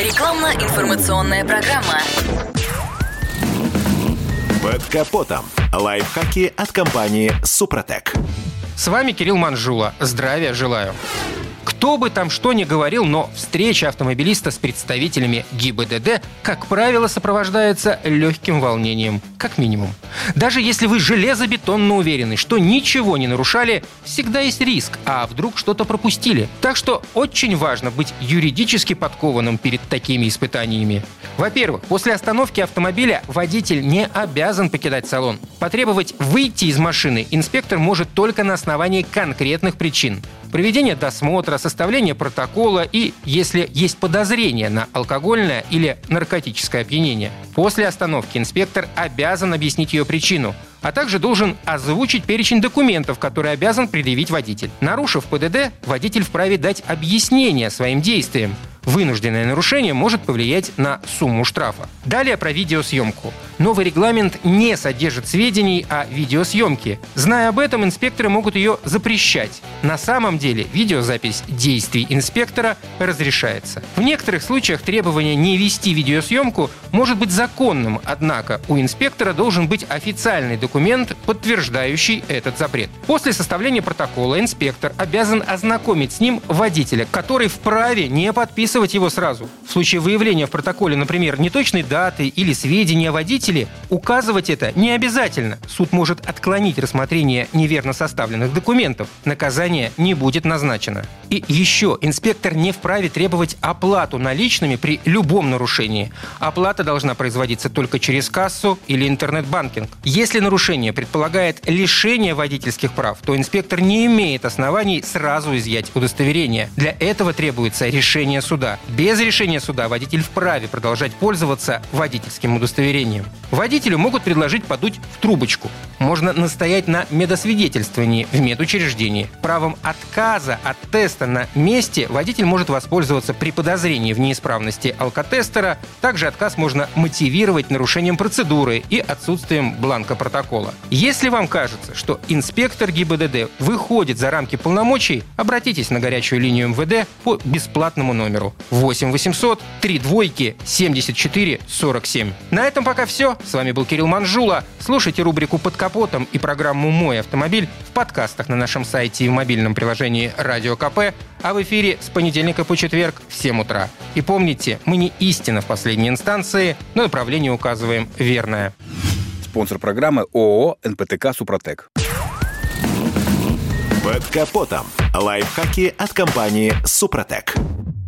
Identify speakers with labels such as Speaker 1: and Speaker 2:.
Speaker 1: Рекламно-информационная программа.
Speaker 2: Под капотом. Лайфхаки от компании «Супротек».
Speaker 3: С вами Кирилл Манжула. Здравия желаю. Кто бы там что ни говорил, но встреча автомобилиста с представителями ГИБДД, как правило, сопровождается легким волнением, как минимум. Даже если вы железобетонно уверены, что ничего не нарушали, всегда есть риск, а вдруг что-то пропустили. Так что очень важно быть юридически подкованным перед такими испытаниями. Во-первых, после остановки автомобиля водитель не обязан покидать салон. Потребовать выйти из машины инспектор может только на основании конкретных причин. Проведение досмотра, составление протокола и, если есть подозрение на алкогольное или наркотическое опьянение. После остановки инспектор обязан объяснить ее причину, а также должен озвучить перечень документов, которые обязан предъявить водитель. Нарушив ПДД, водитель вправе дать объяснение своим действиям. Вынужденное нарушение может повлиять на сумму штрафа. Далее про видеосъемку. Новый регламент не содержит сведений о видеосъемке. Зная об этом, инспекторы могут ее запрещать. На самом деле, видеозапись действий инспектора разрешается. В некоторых случаях требование не вести видеосъемку может быть законным, однако у инспектора должен быть официальный документ, подтверждающий этот запрет. После составления протокола инспектор обязан ознакомить с ним водителя, который вправе не подписывать его сразу. В случае выявления в протоколе, например, неточной даты или сведения о водителе, указывать это не обязательно. Суд может отклонить рассмотрение неверно составленных документов. Наказание не будет назначено. И еще, инспектор не вправе требовать оплату наличными при любом нарушении. Оплата должна производиться только через кассу или интернет-банкинг. Если нарушение предполагает лишение водительских прав, то инспектор не имеет оснований сразу изъять удостоверение. Для этого требуется решение суда. Без решения суда водитель вправе продолжать пользоваться водительским удостоверением. Водителю могут предложить подуть в трубочку. Можно настоять на медосвидетельствовании в медучреждении. Правом отказа от теста на месте водитель может воспользоваться при подозрении в неисправности алкотестера. Также отказ можно мотивировать нарушением процедуры и отсутствием бланка протокола. Если вам кажется, что инспектор ГИБДД выходит за рамки полномочий, обратитесь на горячую линию МВД по бесплатному номеру 8 800 32 74 47. На этом пока все. С вами был Кирилл Манжула. Слушайте рубрику «Под капотом» и программу «Мой автомобиль» в подкастах на нашем сайте и в мобильном приложении «Радио КП», а в эфире с понедельника по четверг в 7 утра. И помните, мы не истина в последней инстанции, но направление указываем верное.
Speaker 4: Спонсор программы ООО «НПТК Супротек».
Speaker 2: Под капотом. Лайфхаки от компании «Супротек».